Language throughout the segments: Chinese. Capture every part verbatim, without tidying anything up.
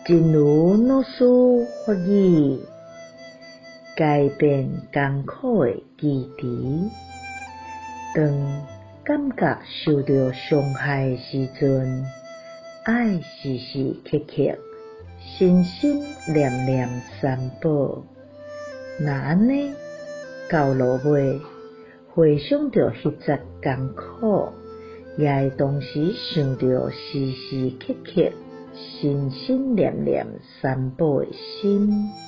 真如老师法语，改变艰苦的基地。当感觉受到伤害的时阵，爱时时刻刻心心念念三宝。若安尼，到落尾回想着迄则艰苦，也会同时想着时时刻刻心心念念三宝的心。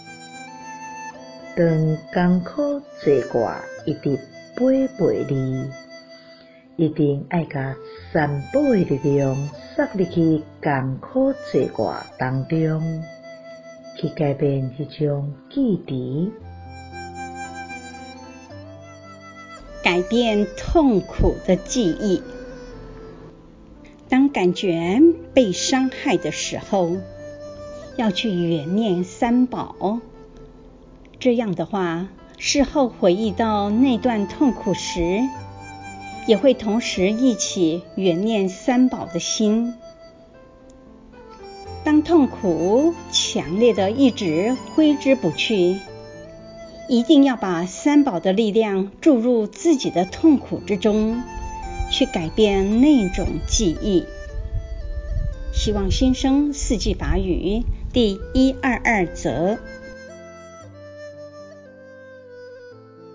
当艰苦坐挂一直陪陪你，一定爱甲三宝的力量塞入去艰苦坐挂当中，去改变迄种记忆。 改变痛苦的记忆。当感觉被伤害的时候，要去原念三宝。这样的话，事后回忆到那段痛苦时，也会同时忆起原念三宝的心。当痛苦强烈的一直挥之不去，一定要把三宝的力量注入自己的痛苦之中，去改变那种记忆。希望新生四季法语第一二二则。